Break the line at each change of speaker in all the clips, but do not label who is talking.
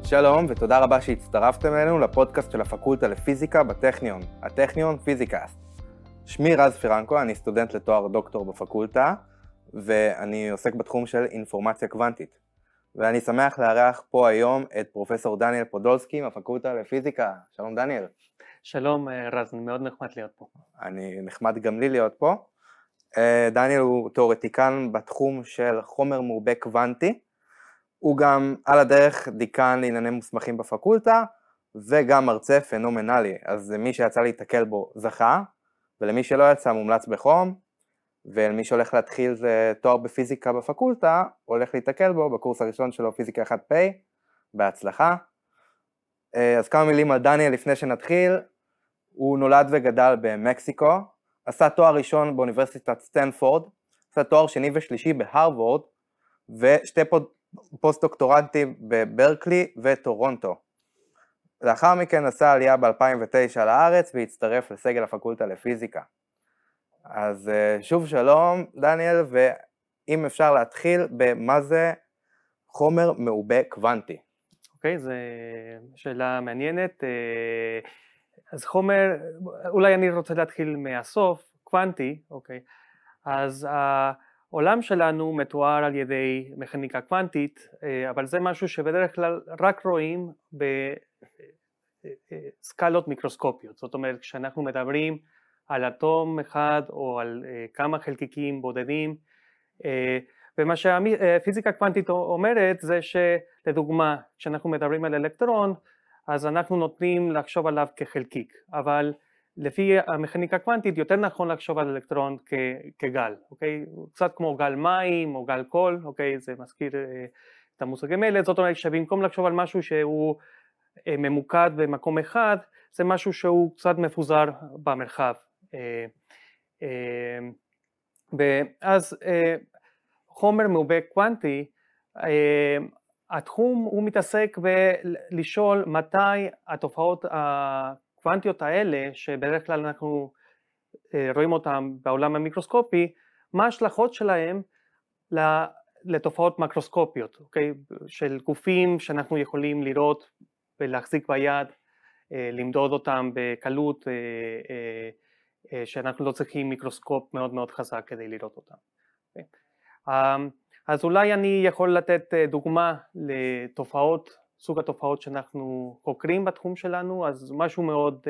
שלום ותודה רבה שהצטרפתם אלינו לפודקאסט של הפקולטה לפיזיקה בטכניון, הטכניון פיזיקאסט. שמי רז פירנקו, אני סטודנט לתואר דוקטור בפקולטה, ואני עוסק בתחום של אינפורמציה קוונטית. ואני שמח לארח פה היום את פרופסור דניאל פודולסקי מהפקולטה לפיזיקה. שלום דניאל.
שלום רז, מאוד נחמד להיות פה.
אני נחמד גם לי להיות פה. דניאל הוא תיאורטיקן בתחום של חומר מעובה קוונטי, הוא גם על הדרך דיקן לענייני מוסמכים בפקולטה, וגם מרצה פנומנלי, אז מי שיצא להתקל בו זכה, ולמי שלא יצא מומלץ בחום, ולמי שהולך להתחיל תואר בפיזיקה בפקולטה, הולך להתקל בו בקורס הראשון שלו פיזיקה 1P, בהצלחה. אז כמה מילים על דניאל לפני שנתחיל. הוא נולד וגדל במקסיקו, עשה תואר ראשון באוניברסיטת סטנפורד, עשה תואר שני ושלישי בהרווארד, ושתי פוסט-דוקטורנטים בברקלי וטורונטו. לאחר מכן עשה עלייה ב-2009 לארץ והצטרף לסגל הפקולטה לפיזיקה. אז שוב שלום דניאל, ואם אפשר להתחיל במה זה חומר מעובה קוונטי.
אוקיי, זו שאלה מעניינת. אז חומר, אולי אני רוצה להתחיל מהסוף, קוונטי, אוקיי. אז העולם שלנו מתואר על ידי מכניקה קוונטית, אבל זה משהו שבדרך כלל רק רואים בסקלות מיקרוסקופיות. זאת אומרת, כשאנחנו מדברים על אטום אחד או על כמה חלקיקים בודדים, ומה שהפיזיקה קוונטית אומרת זה שלדוגמה, כשאנחנו מדברים על אלקטרון, אז אנחנו נוטים לחשוב עליו כחלקיק, אבל לפי המכניקה קוונטית יותר נכון לחשוב על אלקטרון כגל, אוקיי? קצת כמו גל מים או גל קול, אוקיי? זה מזכיר את המושגים האלה. זאת אומרת שבמקום לחשוב על משהו שהוא ממוקד במקום אחד, זה משהו שהוא קצת מפוזר במרחב. ואז חומר מעובה קוונטי, התחום הוא מתעסק בלשאול מתי התופעות הקוונטיות האלה, שבדרך כלל אנחנו רואים אותן בעולם המיקרוסקופי, מה ההשלכות שלהם לתופעות מקרוסקופיות, אוקיי? של גופים שאנחנו יכולים לראות ולהחזיק ביד, למדוד אותם בקלות, שאנחנו לא צריכים מיקרוסקופ מאוד מאוד חזק כדי לראות אותם. אז אולי אני יכול לתת דוגמה לתופעות, סוג התופעות שאנחנו חוקרים בתחום שלנו. אז משהו מאוד,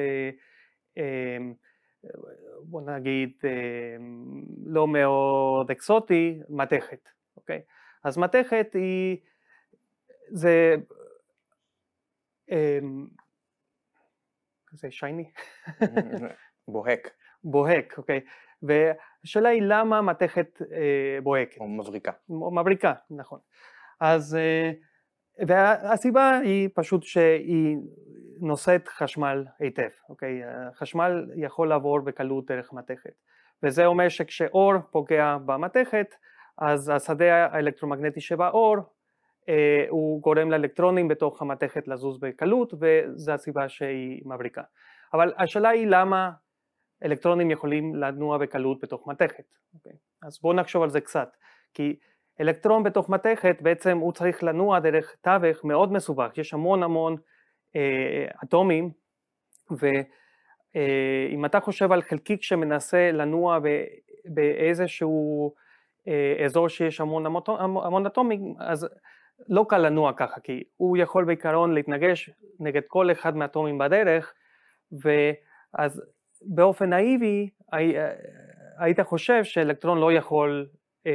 בוא נגיד, לא מאוד אקסוטי, מתכת, אוקיי? אז מתכת היא, זה שייני? בוהק, אוקיי. והשאלה היא למה מתכת בוהקת?
או מבריקה.
או מבריקה, נכון. אז, והסיבה היא פשוט שהיא נושאת חשמל היטב, אוקיי? חשמל יכול לעבור בקלות דרך מתכת. וזה אומר שכשאור פוגע במתכת, אז השדה האלקטרומגנטי שבאור, הוא גורם לאלקטרונים בתוך המתכת לזוז בקלות, וזו הסיבה שהיא מבריקה. אבל השאלה היא למה אלקטרונים יכולים לנוע בקלות בתוך מתכת. אוקיי? אז בואו נחשוב על זה קצת. כי אלקטרון בתוך מתכת בעצם הוא צריך לנוע דרך תווך מאוד מסובך. יש המון אטומים, ואם אתה חושב על חלקיק שמנסה לנוע באיזשהו אזור שיש המון אטומים, אז לא קל לנוע ככה, כי הוא יכול בעיקרון להתנגש נגד כל אחד מהאטומים בדרך, ואז באופן נאיבי היית חושב שאלקטרון לא יכול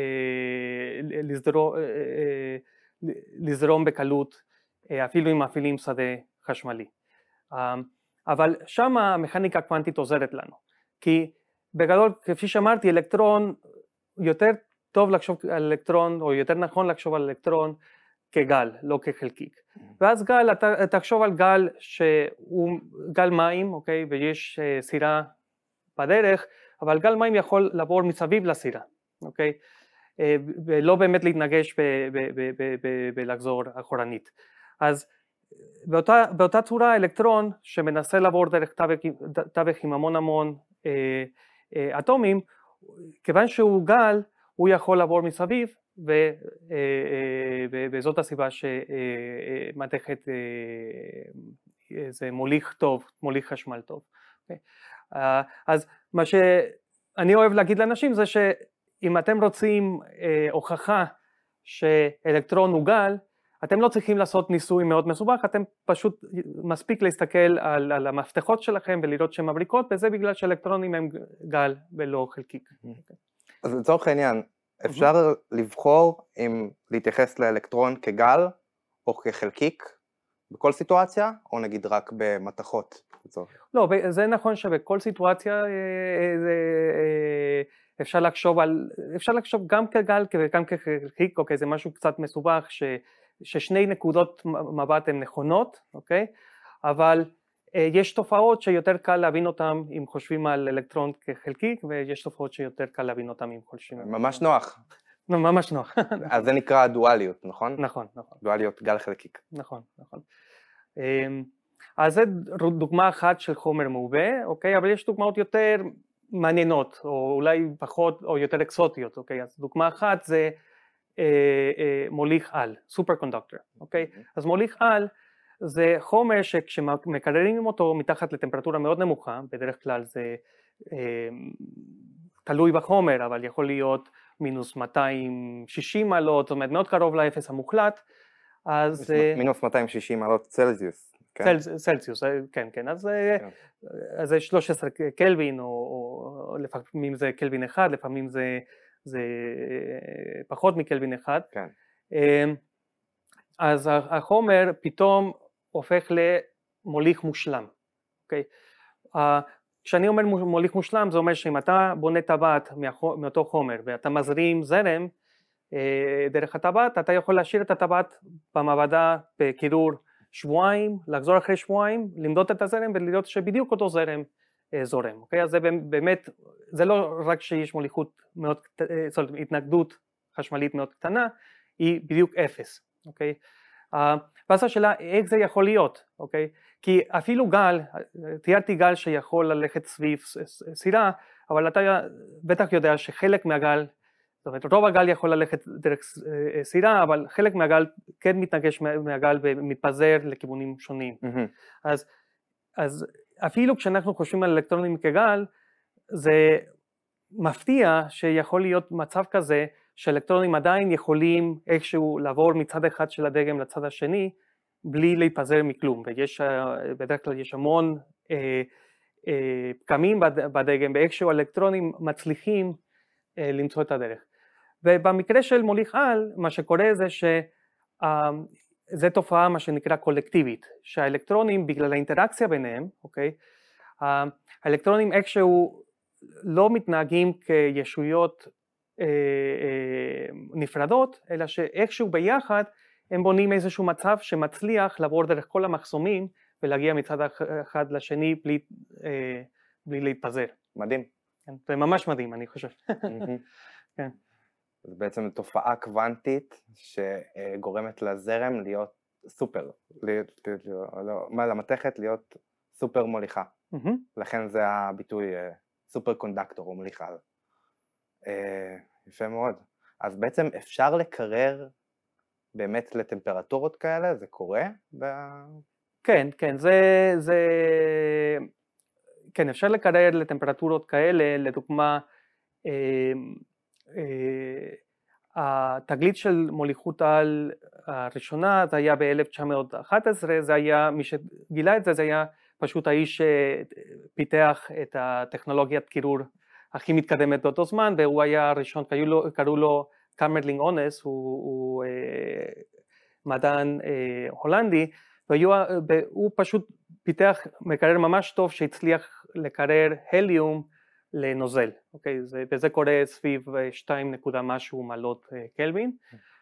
לזרום בקלות אפילו אם מפעילים שדה חשמלי. אבל שם המכניקה קוונטית עוזרת לנו, כי בגדול כפי שאמרתי, אלקטרון יותר טוב לחשוב על אלקטרון, או יותר נכון לחשוב על אלקטרון כגל, לא כחלקיק. ואז גל, תחשוב על גל שהוא גל מים, אוקיי? ויש סירה בדרך, אבל גל מים יכול לעבור מסביב לסירה, אוקיי? ולא באמת להתנגש ולחזור אחורנית. אז באותה צורה אלקטרון שמנסה לעבור דרך תווך עם המון אטומים, כיוון שהוא גל, הוא יכול לעבור מסביב וזאת הסיבה שמתכת זה מוליך טוב, מוליך חשמל טוב. אז מה שאני אוהב להגיד לאנשים זה שאם אתם רוצים הוכחה שאלקטרון הוא גל, אתם לא צריכים לעשות ניסוי מאוד מסובך, אתם פשוט מספיק להסתכל על המפתחות שלכם ולראות שהן מבריקות, וזה בגלל שאלקטרונים הם גל ולא חלקיק.
אז לצורך העניין, אפשר לבחור אם להתייחס לאלקטרון כגל או כחלקיק בכל סיטואציה, או נגיד רק במתכות?
לא, זה נכון שבכל סיטואציה אפשר לחשוב גם כגל וגם כחלקיק, אוקיי, זה משהו קצת מסובך ששני נקודות מבט הן נכונות, אוקיי, אבל יש תופעות שיותר קל להבין אותן אם חושבים על אלקטרון כחלקיק, ויש תופעות שיותר קל להבין אותן אם חושבים.
ממש נוח.
ממש נוח.
אז זה נקרא דואליות, נכון?
נכון.
דואליות גל חלקיק.
נכון. אז זו דוגמה אחת של חומר מעובה, אוקיי? אבל יש דוגמאות יותר מעניינות, או אולי פחות או יותר אקסוטיות, אוקיי? אז דוגמה אחת זה מוליך על, סופרקונדקטור, אוקיי? אז מוליך על זה חומר שכשמקררים אותו מתחת לטמפרטורה מאוד נמוכה, בדרך כלל זה תלוי בחומר, אבל יכול להיות מינוס 260 מעלות, זאת אומרת מאוד קרוב לאפס המוחלט, אז...
מינוס 260 מעלות צלזיוס.
צלזיוס, כן, אז זה 13 קלווין, או לפעמים זה קלווין אחד, לפעמים זה פחות מקלווין אחד.
כן.
אז החומר פתאום הופך למוליך מושלם, אוקיי? כשאני אומר מוליך מושלם, זה אומר שאם אתה בונה טבעת מאותו חומר, ואתה מזרים זרם דרך הטבעת, אתה יכול להשאיר את הטבעת במעבדה בקירור שבועיים, לחזור אחרי שבועיים, למדוד את הזרם ולראות שבדיוק אותו זרם זורם, אוקיי? אז זה באמת, זה לא רק שיש מוליכות מאוד, זאת אומרת, התנגדות חשמלית מאוד קטנה, היא בדיוק אפס, אוקיי? ואז השאלה, איך זה יכול להיות, אוקיי? כי אפילו גל, תיארתי גל שיכול ללכת סביב סירה, אבל אתה בטח יודע שחלק מהגל, זאת אומרת, רוב הגל יכול ללכת דרך סירה, אבל חלק מהגל כן מתנגש מהגל ומתפזר לכיוונים שונים. אז אפילו כשאנחנו חושבים על אלקטרונים כגל, זה מפתיע שיכול להיות מצב כזה, שאלקטרונים עדיין יכולים איכשהו לעבור מצד אחד של הדגם לצד השני, בלי להיפזר מכלום, ויש, בדרך כלל יש המון פגמים בדגם, ואיכשהו אלקטרונים מצליחים למצוא את הדרך. ובמקרה של מוליך על, מה שקורה זה שזה תופעה מה שנקרא קולקטיבית, שהאלקטרונים בגלל האינטראקציה ביניהם, אוקיי, האלקטרונים איכשהו לא מתנהגים כישויות נפרדות, אלא שאיכשהו ביחד הם בונים איזשהו מצב שמצליח לעבור דרך כל המחסומים ולהגיע מצד אחד לשני בלי להתפזר.
מדהים.
זה ממש מדהים, אני חושב. כן.
זה בעצם תופעה קוונטית שגורמת לזרם להיות סופר, למתכת להיות סופר מוליכה. לכן זה הביטוי סופר קונדקטור או מוליכה. יפה מאוד. אז בעצם אפשר לקרר באמת לטמפרטורות כאלה? זה קורה?
כן, כן, אפשר לקרר לטמפרטורות כאלה, לדוגמה, התגלית של מוליכות על הראשונה, זה היה ב-1911, זה היה, מי שגילה את זה, זה היה פשוט האיש שפיתח את הטכנולוגיית קירור הכי מתקדמת באותו זמן, והוא היה הראשון, קראו לו קמרלינג אונס, הוא מדען הולנדי, והוא פשוט פיתח מקרר ממש טוב שהצליח לקרר הליום לנוזל, אוקיי? וזה קורה סביב 2 נקודה משהו מעלות קלווין,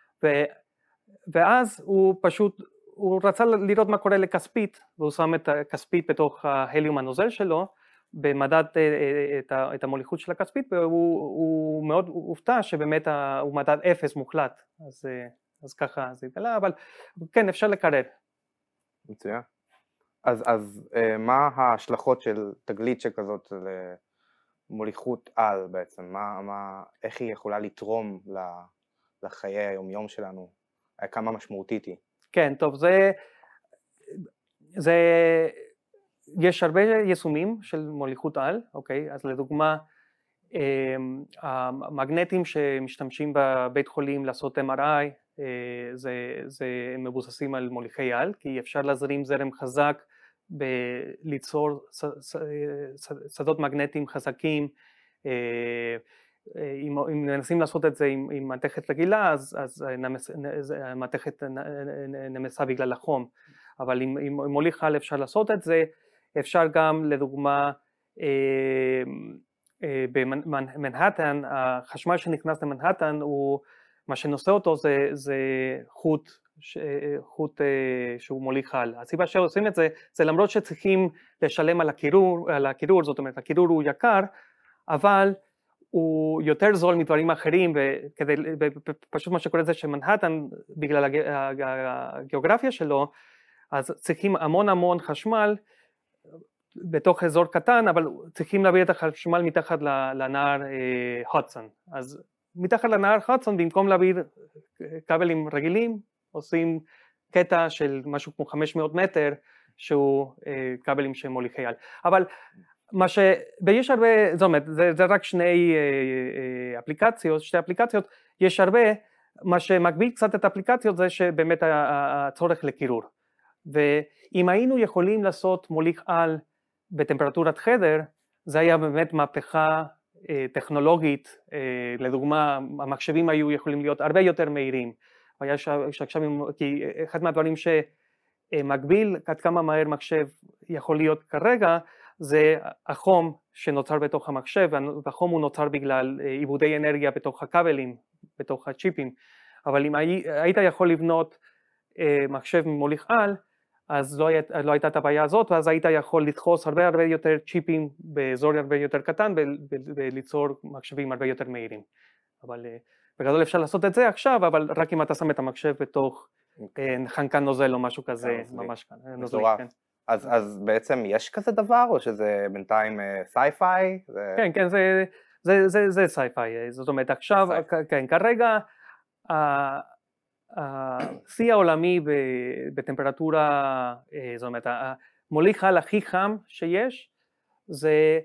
ואז הוא רצה לראות מה קורה לכספית, והוא שם את הכספית בתוך ההליום הנוזל שלו, במדד את המוליכות של הכספית, והוא מאוד הופתע שבאמת הוא מדד אפס מוחלט, אז ככה זה התגלה, אבל כן, אפשר לקרר.
מצוין. אז מה ההשלכות של תגלית שכזאת למוליכות על בעצם? איך היא יכולה לתרום לחיי היומיום שלנו? כמה משמעותית היא.
כן, טוב, יש הרבה יישומים של מוליכות על, אוקיי? אז לדוגמה, המגנטים שמשתמשים בבית חולים לעשות MRI, זה מבוססים על מוליכי על, כי אפשר להזרים זרם חזק ליצור שדות מגנטיים חזקים. אם מנסים לעשות את זה עם מתכת רגילה, אז המתכת נמסה בגלל החום, אבל עם מוליך על אפשר לעשות את זה. אפשר גם לדוגמה במנהטן, החשמל שנכנס למנהטן, מה שנושא אותו זה חוט שהוא מוליך על. הסיבה שעושים את זה למרות שצריכים לשלם על הקירור, זאת אומרת הקירור הוא יקר, אבל הוא יותר זול מדברים אחרים, פשוט מה שקורה זה שמנהטן בגלל הגיאוגרפיה שלו, אז צריכים המון חשמל בתוך אזור קטן, אבל צריכים להביא את החשמל מתחת לנהר הודסון. אז מתחת לנהר הודסון, במקום להביא כבלים רגילים, עושים קטע של משהו כמו 500 מטר, שהוא כבלים שמוליכי על. אבל יש הרבה, זאת אומרת, זה רק שתי אפליקציות, יש הרבה, מה שמגביל קצת את האפליקציות זה שבאמת הצורך לקירור. ואם היינו יכולים לעשות מוליך על בטמפרטורת חדר, זה היה באמת מהפכה טכנולוגית. לדוגמה, המחשבים היו יכולים להיות הרבה יותר מהירים. כי אחד מהדברים שמגביל עד כמה מהר מחשב יכול להיות כרגע, זה החום שנוצר בתוך המחשב, והחום הוא נוצר בגלל עיבודי אנרגיה בתוך הכבלים, בתוך הצ'יפים. אבל אם היית יכול לבנות מחשב ממוליך על, אז לא הייתה את הבעיה הזאת, ואז היית יכול לדחוס הרבה יותר צ'יפים באזור הרבה יותר קטן, וליצור מחשבים הרבה יותר מהירים. אבל בגדול אפשר לעשות את זה עכשיו, אבל רק אם אתה שם את המחשב בתוך חנקן נוזל או משהו כזה, ממש כאן.
מטורף. אז בעצם יש כזה דבר, או שזה בינתיים סי-פיי?
כן, זה סי-פיי. זאת אומרת, עכשיו, כן, כרגע, השיא העולמי בטמפרטורה, זאת אומרת, המוליך על הכי חם שיש, זה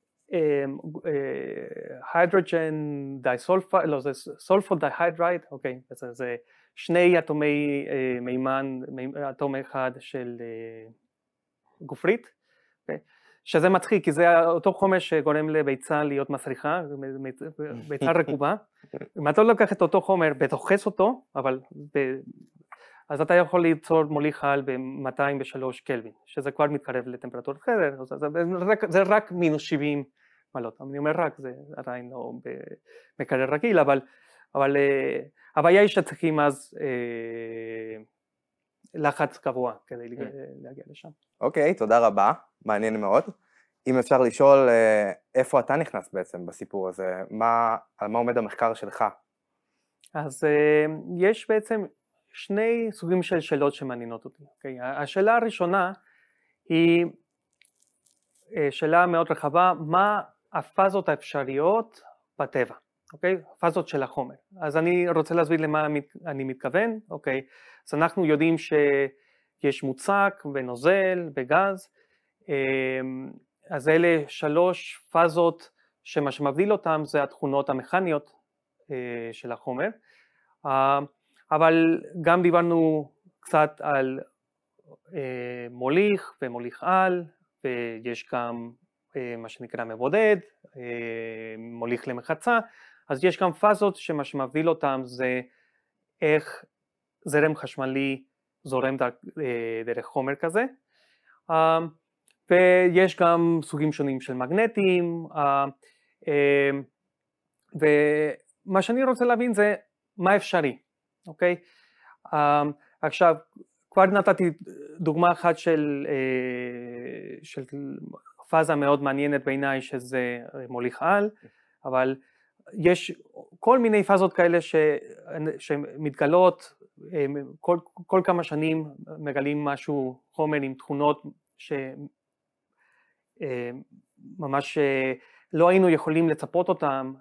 hydrogen disulfide, לא, זה sulfur dihydride, אוקיי, זה שני אטומי מימן, אטום אחד של גופרית, שזה מצחיק, כי זה אותו חומר שגורם לביצה להיות מסריחה, ביצה רקובה. אם אתה לא לוקח את אותו חומר ודוחס אותו, אז אתה יכול ליצור מוליך על ב-203 קלווין, שזה כבר מתקרב לטמפרטורת חדר, זה רק מינוס 70 מעלות. אני אומר רק, זה עדיין לא במקרר רגיל, אבל הבעיה היא שצריכים אז לחץ קבוע כדי להגיע לשם.
אוקיי, תודה רבה, מעניין מאוד. אם אפשר לשאול איפה אתה נכנס בעצם בסיפור הזה, על מה עומד המחקר שלך?
אז יש בעצם שני סוגים של שאלות שמעניינות אותי. אוקיי? השאלה הראשונה היא שאלה מאוד רחבה, מה הפאזות האפשריות בטבע, אוקיי? הפאזות של החומר. אז אני רוצה להסביר למה אני מתכוון, אוקיי? אז אנחנו יודעים שיש מוצק ונוזל וגז, אז אלה שלוש פאזות שמה שמבדיל אותם זה התכונות המכניות של החומר, אבל גם דיברנו קצת על מוליך ומוליך על, ויש גם מה שנקרא מבודד, מוליך למחצה, אז יש גם פאזות שמה שמבדיל אותם זה איך זרם חשמלי זורם דרך חומר כזה, ויש גם סוגים שונים של מגנטים, ומה שאני רוצה להבין זה מה אפשרי, אוקיי? עכשיו, כבר נתתי דוגמה אחת של פאזה מאוד מעניינת בעיניי שזה מוליך על, אבל יש כל מיני פאזות כאלה שמתגלות, כל כמה שנים מגלים משהו, חומר עם תכונות שממש לא היינו יכולים לצפות אותם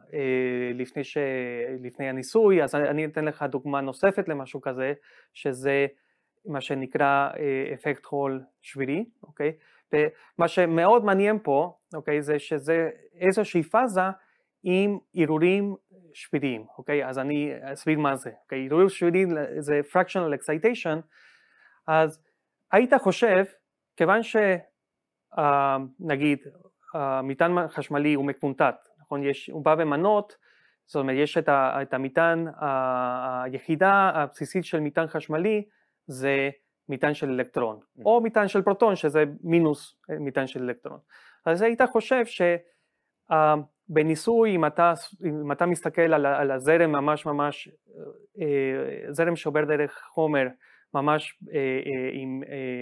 לפני הניסוי, אז אני אתן לך דוגמה נוספת למשהו כזה, שזה מה שנקרא אפקט הול שבירי, אוקיי? ומה שמאוד מעניין פה, אוקיי, זה שזה איזושהי פאזה עם ערעורים שביריים, אוקיי? אז אני אסביר מה זה, אוקיי? ערעור שבירי זה fractional excitation, אז היית חושב, כיוון שנגיד, המטען חשמלי הוא מקוונטט, נכון? הוא בא במנות, זאת אומרת, יש את המטען, היחידה הבסיסית של מטען חשמלי, זה מטען של אלקטרון, או מטען של פרוטון, שזה מינוס מטען של אלקטרון. אז היית חושב שבניסוי, אם אתה מסתכל על הזרם ממש, זרם שעובר דרך חומר, ממש עם,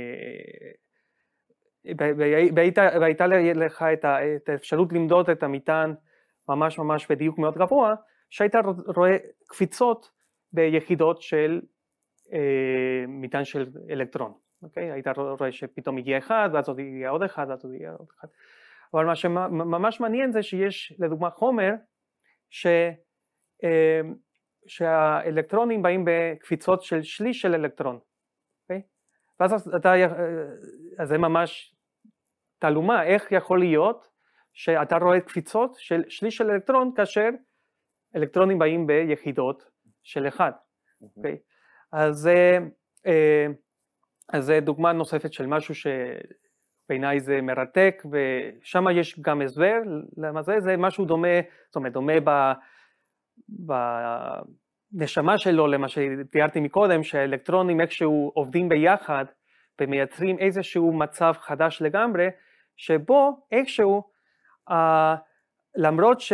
והייתה לך את האפשרות למדוד את המטען ממש בדיוק מאוד גבוה, שהיית רואה קפיצות ביחידות של מטען של אלקטרון, אוקיי? היית רואה שפתאום הגיע אחד, ואז עוד הגיע עוד אחד, ואז עוד הגיע עוד אחד. אבל מה שממש מעניין זה שיש לדוגמה חומר שהאלקטרונים באים בקפיצות של שליש של אלקטרון, אוקיי? ואז זה ממש תעלומה, איך יכול להיות שאתה רואה קפיצות של שליש של אלקטרון כאשר אלקטרונים באים ביחידות של אחד, אוקיי? אז זה דוגמה נוספת של משהו שבעיניי זה מרתק, ושם יש גם הסבר למה זה משהו דומה, זאת אומרת דומה בנשמה שלו למה שתיארתי מקודם, שהאלקטרונים איכשהו עובדים ביחד ומייצרים איזשהו מצב חדש לגמרי, שבו איכשהו למרות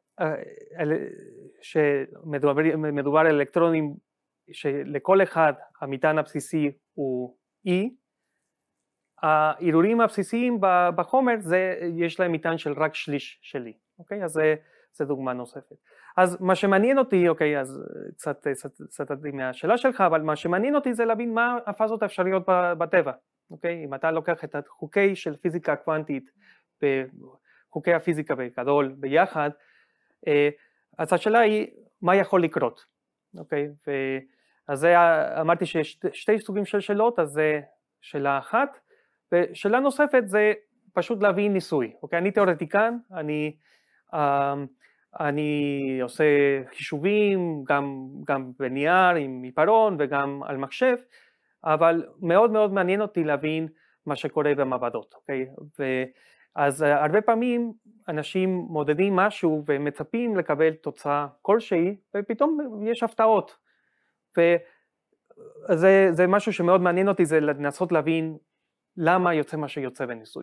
שמדובר על אלקטרונים שלכל אחד המטען הבסיסי הוא E, הערעורים הבסיסיים בחומר יש להם מטען של רק שליש של E, אוקיי? אז זה דוגמה נוספת. אז מה שמעניין אותי, אוקיי, אז קצת סטתי מהשאלה שלך, אבל מה שמעניין אותי זה להבין מה הפאזות האפשריות בטבע, אוקיי? אם אתה לוקח את החוקי של פיזיקה קוונטית וחוקי הפיזיקה בגדול ביחד, אז השאלה היא מה יכול לקרות, אוקיי? אז אמרתי שיש שתי סוגים של שאלות, אז זה שאלה אחת, ושאלה נוספת זה פשוט להביא ניסוי, אוקיי? אני תיאורטיקן, אני עושה חישובים גם בנייר עם עיפרון וגם על מחשב, אבל מאוד מאוד מעניין אותי להבין מה שקורה במעבדות, אוקיי? אז הרבה פעמים אנשים מודדים משהו ומצפים לקבל תוצאה כלשהי, ופתאום יש הפתעות. וזה משהו שמאוד מעניין אותי, זה לנסות להבין למה יוצא מה שיוצא בניסוי.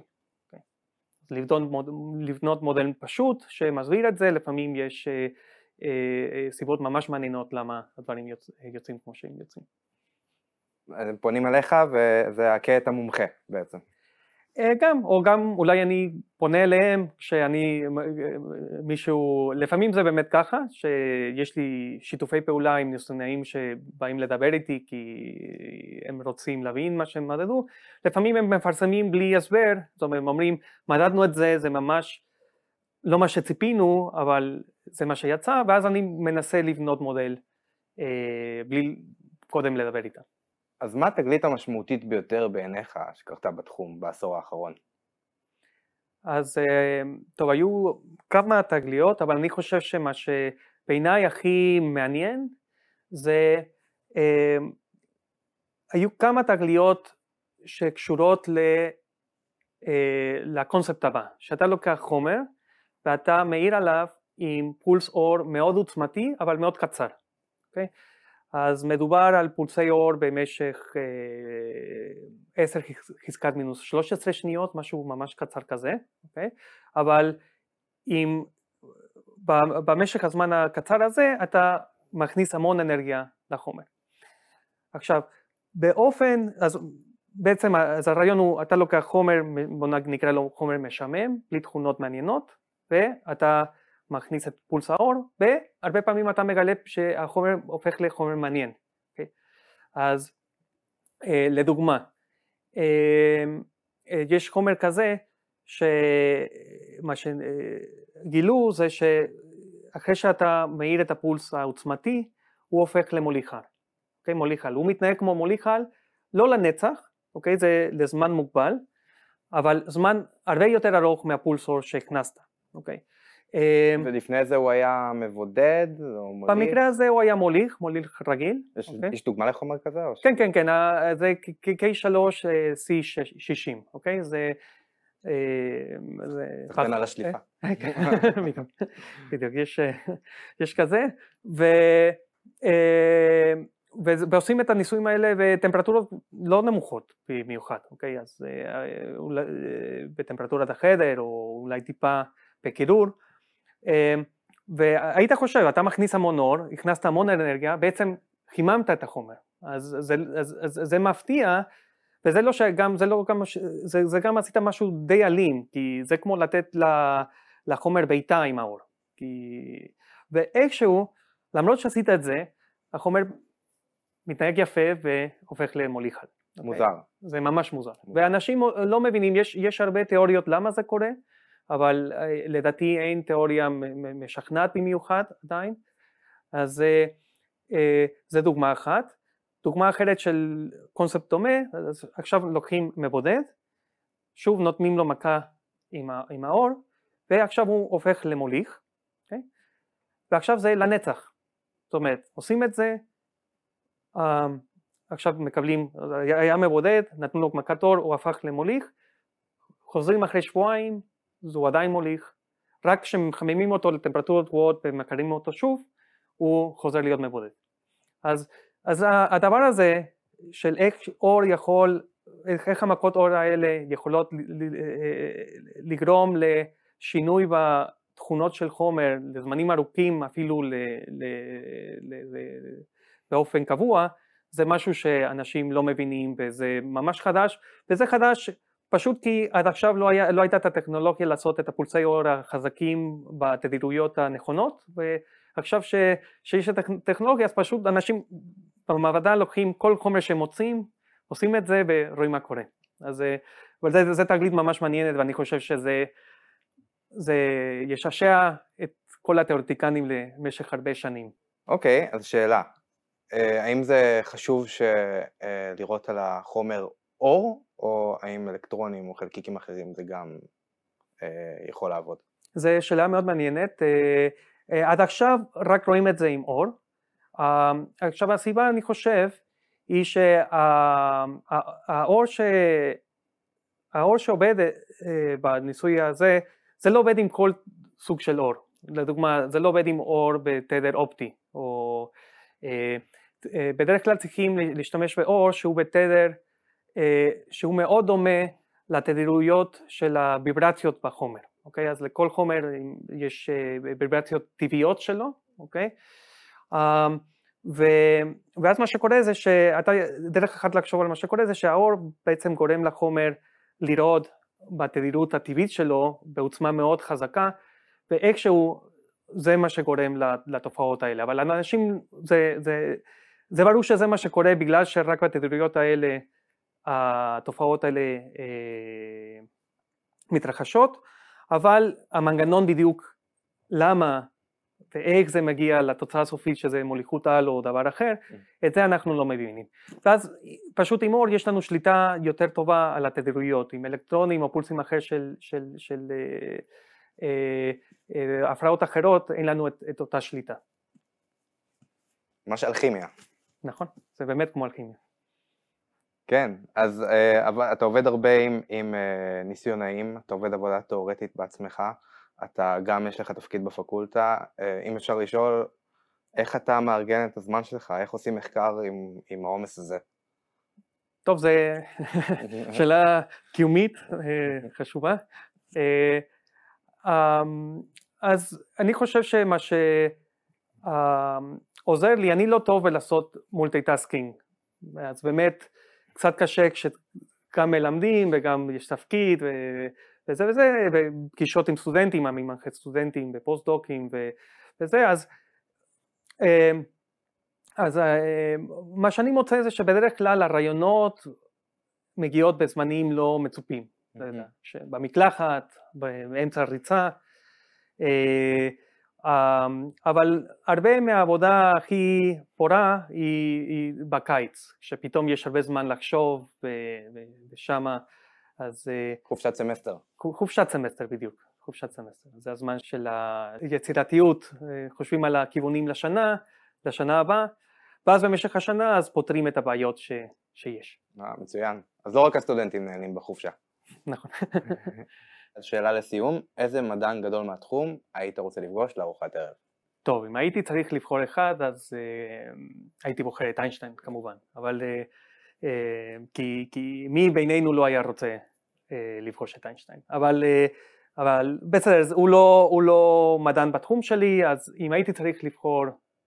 לבנות מודל פשוט שמסביר את זה, לפעמים יש סיבות ממש מעניינות למה הדברים יוצאים כמו שהם יוצאים.
הם פונים אליך וזה הקטע מומחה בעצם.
או גם אולי אני פונה אליהם שאני מישהו, לפעמים זה באמת ככה, שיש לי שיתופי פעולה עם ניסיונאים שבאים לדבר איתי כי הם רוצים להבין מה שהם מדדו, לפעמים הם מפרסמים בלי הסבר, זאת אומרת הם אומרים מדדנו את זה, זה ממש לא מה שציפינו אבל זה מה שיצא, ואז אני מנסה לבנות מודל בלי קודם לדבר איתם.
אז מה התגלית המשמעותית ביותר בעיניך שקרתה בתחום בעשור האחרון?
אז טוב, היו כמה תגליות, אבל אני חושב שמה שבעיניי הכי מעניין זה, היו כמה תגליות שקשורות לקונספט הבא, שאתה לוקח חומר ואתה מאיר עליו עם פולס אור מאוד עוצמתי אבל מאוד קצר, אוקיי? אז מדובר על פולסי אור במשך 10 חזקת מינוס 13 שניות, משהו ממש קצר כזה, אוקיי? אבל במשך הזמן הקצר הזה אתה מכניס המון אנרגיה לחומר. עכשיו, אז בעצם אז הרעיון הוא, אתה לוקח חומר, בוא נקרא לו חומר משעמם, בלי תכונות מעניינות, ואתה מכניס את פולס האור, והרבה פעמים אתה מגלה שהחומר הופך לחומר מעניין. Okay? אז לדוגמה, יש חומר כזה, גילו זה שאחרי שאתה מאיר את הפולס העוצמתי, הוא הופך למוליך על. אוקיי? מוליך על. הוא מתנהג כמו מוליך על, לא לנצח, אוקיי? זה לזמן מוגבל, אבל זמן הרבה יותר ארוך מהפולסור שהכנסת, אוקיי?
ולפני זה הוא היה מבודד או מוליך?
במקרה הזה הוא היה מוליך רגיל.
יש דוגמה לחומר כזה?
כן, כן, כן, זה K3C60, אוקיי? זה
תכתן על השליפה.
בדיוק, יש כזה, ועושים את הניסויים האלה בטמפרטורות לא נמוכות במיוחד, אוקיי? אז בטמפרטורת החדר או אולי טיפה בקירור, והיית חושב, אתה מכניס המון אור, הכנסת המון אנרגיה, בעצם חיממת את החומר, אז זה מפתיע, וזה לא שגם, זה גם עשית משהו די אלים, כי זה כמו לתת לחומר בעיטה עם האור, ואיכשהו, למרות שעשית את זה, החומר מתנהג יפה והופך למוליך על.
מוזר.
זה ממש מוזר. ואנשים לא מבינים, יש הרבה תיאוריות למה זה קורה, אבל לדעתי אין תיאוריה משכנעת במיוחד עדיין, אז זה דוגמה אחת. דוגמה אחרת של קונספט דומה, אז עכשיו לוקחים מבודד, שוב נותנים לו מכה עם האור, ועכשיו הוא הופך למוליך, okay? ועכשיו זה לנצח. זאת אומרת, עושים את זה, עכשיו מקבלים, היה מבודד, נתנו לו מכת אור, הוא הפך למוליך, חוזרים אחרי שבועיים, זו עדיין מוליך, רק כשמחממים אותו לטמפרטורות גבוהות ומקרים אותו שוב, הוא חוזר להיות מבודד. אז הדבר הזה של איך אור יכול, איך המכות אור האלה יכולות לגרום לשינוי בתכונות של חומר לזמנים ארוכים אפילו באופן קבוע, זה משהו שאנשים לא מבינים וזה ממש חדש, וזה חדש פשוט כי עד עכשיו לא הייתה את הטכנולוגיה לעשות את הפולסי אור החזקים בתדירויות הנכונות, ועכשיו שיש את הטכנולוגיה אז פשוט אנשים במעבדה לוקחים כל חומר שהם מוצאים, עושים את זה ורואים מה קורה. אז זה תגלית ממש מעניינת ואני חושב שזה ישעשע את כל התיאורטיקנים למשך הרבה שנים.
אוקיי, אז שאלה. האם זה חשוב לראות על החומר אור, או האם אלקטרונים או חלקיקים אחרים זה גם יכול לעבוד?
זו שאלה מאוד מעניינת. עד עכשיו רק רואים את זה עם אור. עכשיו הסיבה אני חושב היא שהאור שעובד בניסוי הזה, זה לא עובד עם כל סוג של אור. לדוגמה, זה לא עובד עם אור בתדר אופטי, או בדרך כלל צריכים להשתמש באור שהוא בתדר, שהוא מאוד דומה לתדירויות של הוויברציות בחומר, אוקיי? אז לכל חומר יש ויברציות טבעיות שלו, אוקיי? ואז מה שקורה זה שאתה, דרך אחת לחשוב על מה שקורה זה שהאור בעצם גורם לחומר לרעוד בתדירות הטבעית שלו בעוצמה מאוד חזקה, ואיכשהו זה מה שגורם לתופעות האלה, אבל לאנשים זה ברור שזה מה שקורה בגלל שרק בתדירויות האלה התופעות האלה מתרחשות, אבל המנגנון בדיוק למה ואיך זה מגיע לתוצאה הסופית שזה מוליכות על או דבר אחר, את זה אנחנו לא מבינים. ואז פשוט עם אור יש לנו שליטה יותר טובה על התדירויות, עם אלקטרונים או פולסים אחר של הפרעות אחרות, אין לנו את אותה שליטה.
ממש אלכימיה.
נכון, זה באמת כמו אלכימיה.
כן, אז אתה עובד הרבה עם ניסיונאים, אתה עובד עבודה תיאורטית בעצמך, אתה גם יש לך תפקיד בפקולטה, אם אפשר לשאול איך אתה מארגן את הזמן שלך, איך עושים מחקר עם העומס הזה?
טוב, זו שאלה קיומית חשובה. אז אני חושב שמה שעוזר לי, אני לא טוב בלעשות מולטי-טסקינג, אז באמת קצת קשה כשגם מלמדים וגם יש תפקיד וזה, ופגישות עם סטודנטים, אני מנחה סטודנטים בפוסט-דוקים וזה, אז מה שאני מוצא זה שבדרך כלל הרעיונות מגיעות בזמנים לא מצופים, במקלחת, באמצע הריצה, אבל הרבה מהעבודה הכי פורה היא בקיץ, שפתאום יש הרבה זמן לחשוב ושמה, אז...
חופשת סמסטר.
חופשת סמסטר בדיוק, חופשת סמסטר. זה הזמן של היצירתיות, חושבים על הכיוונים לשנה הבאה, ואז במשך השנה אז פותרים את הבעיות שיש.
מצוין. אז לא רק הסטודנטים נהנים בחופשה.
נכון.
אז שאלה לסיום, איזה מדען גדול מהתחום היית רוצה לפגוש לארוחת ערב?
טוב, אם הייתי צריך לבחור אחד, אז הייתי בוחר את איינשטיין כמובן, אבל כי מי בינינו לא היה רוצה לפגוש את איינשטיין, אבל בסדר, הוא לא מדען בתחום שלי, אז אם הייתי צריך לבחור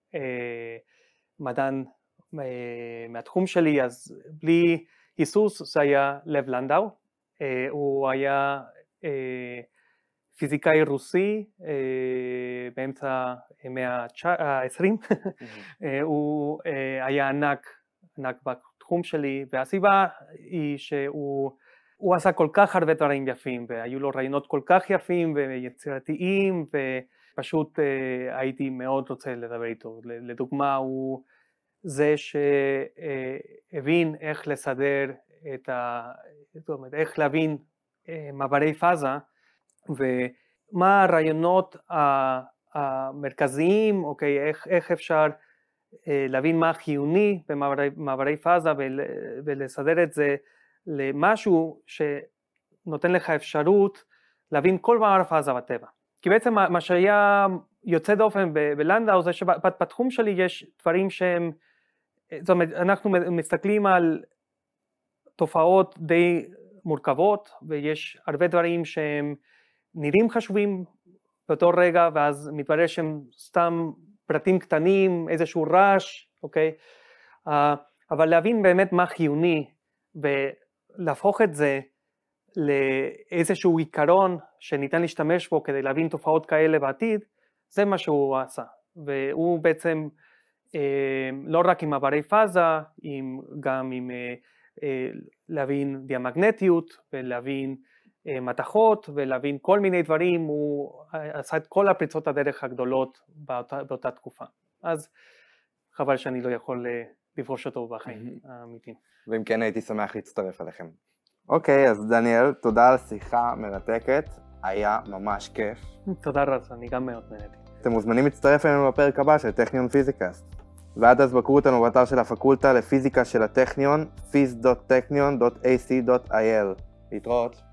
מדען מהתחום שלי, אז בלי היסוס זה היה לב לנדאו, הוא היה פיזיקאי רוסי באמצע המאה ה-20, הוא היה ענק בתחום שלי, והסיבה היא שהוא עשה כל כך הרבה דברים יפים, והיו לו רעיונות כל כך יפים ויצירתיים, ופשוט הייתי מאוד רוצה לדבר איתו. לדוגמה, הוא זה שהבין איך לסדר איך להבין מעברי פאזה, ומה הרעיונות המרכזיים, אוקיי, איך אפשר להבין מה חיוני במעברי פאזה ולסדר את זה למשהו שנותן לך אפשרות להבין כל מעבר פאזה בטבע. כי בעצם מה שהיה יוצא דופן בלנדאו זה שבתחום שלי יש דברים שהם, זאת אומרת, אנחנו מסתכלים על תופעות די מורכבות, ויש הרבה דברים שהם נראים חשובים באותו רגע, ואז מתברר שהם סתם פרטים קטנים, איזשהו רעש, אוקיי? אבל להבין באמת מה חיוני, ולהפוך את זה לאיזשהו עיקרון שניתן להשתמש בו כדי להבין תופעות כאלה בעתיד, זה מה שהוא עשה. והוא בעצם לא רק עם מעברי פאזה, גם עם להבין דיאמגנטיות ולהבין מתכות ולהבין כל מיני דברים, הוא עשה את כל הפריצות הדרך הגדולות באותה תקופה. אז חבל שאני לא יכול לפגוש אותו בחיים האמיתיים.
ואם כן הייתי שמח להצטרף אליכם. אוקיי, אז דניאל, תודה על שיחה מרתקת, היה ממש כיף.
תודה רז, אני גם מאוד נהניתי.
אתם מוזמנים להצטרף אלינו בפרק הבא של טכניון פיזיקאסט. ועד אז בקרו אותנו באתר של הפקולטה לפיזיקה של הטכניון, phys.technion.ac.il. להתראות.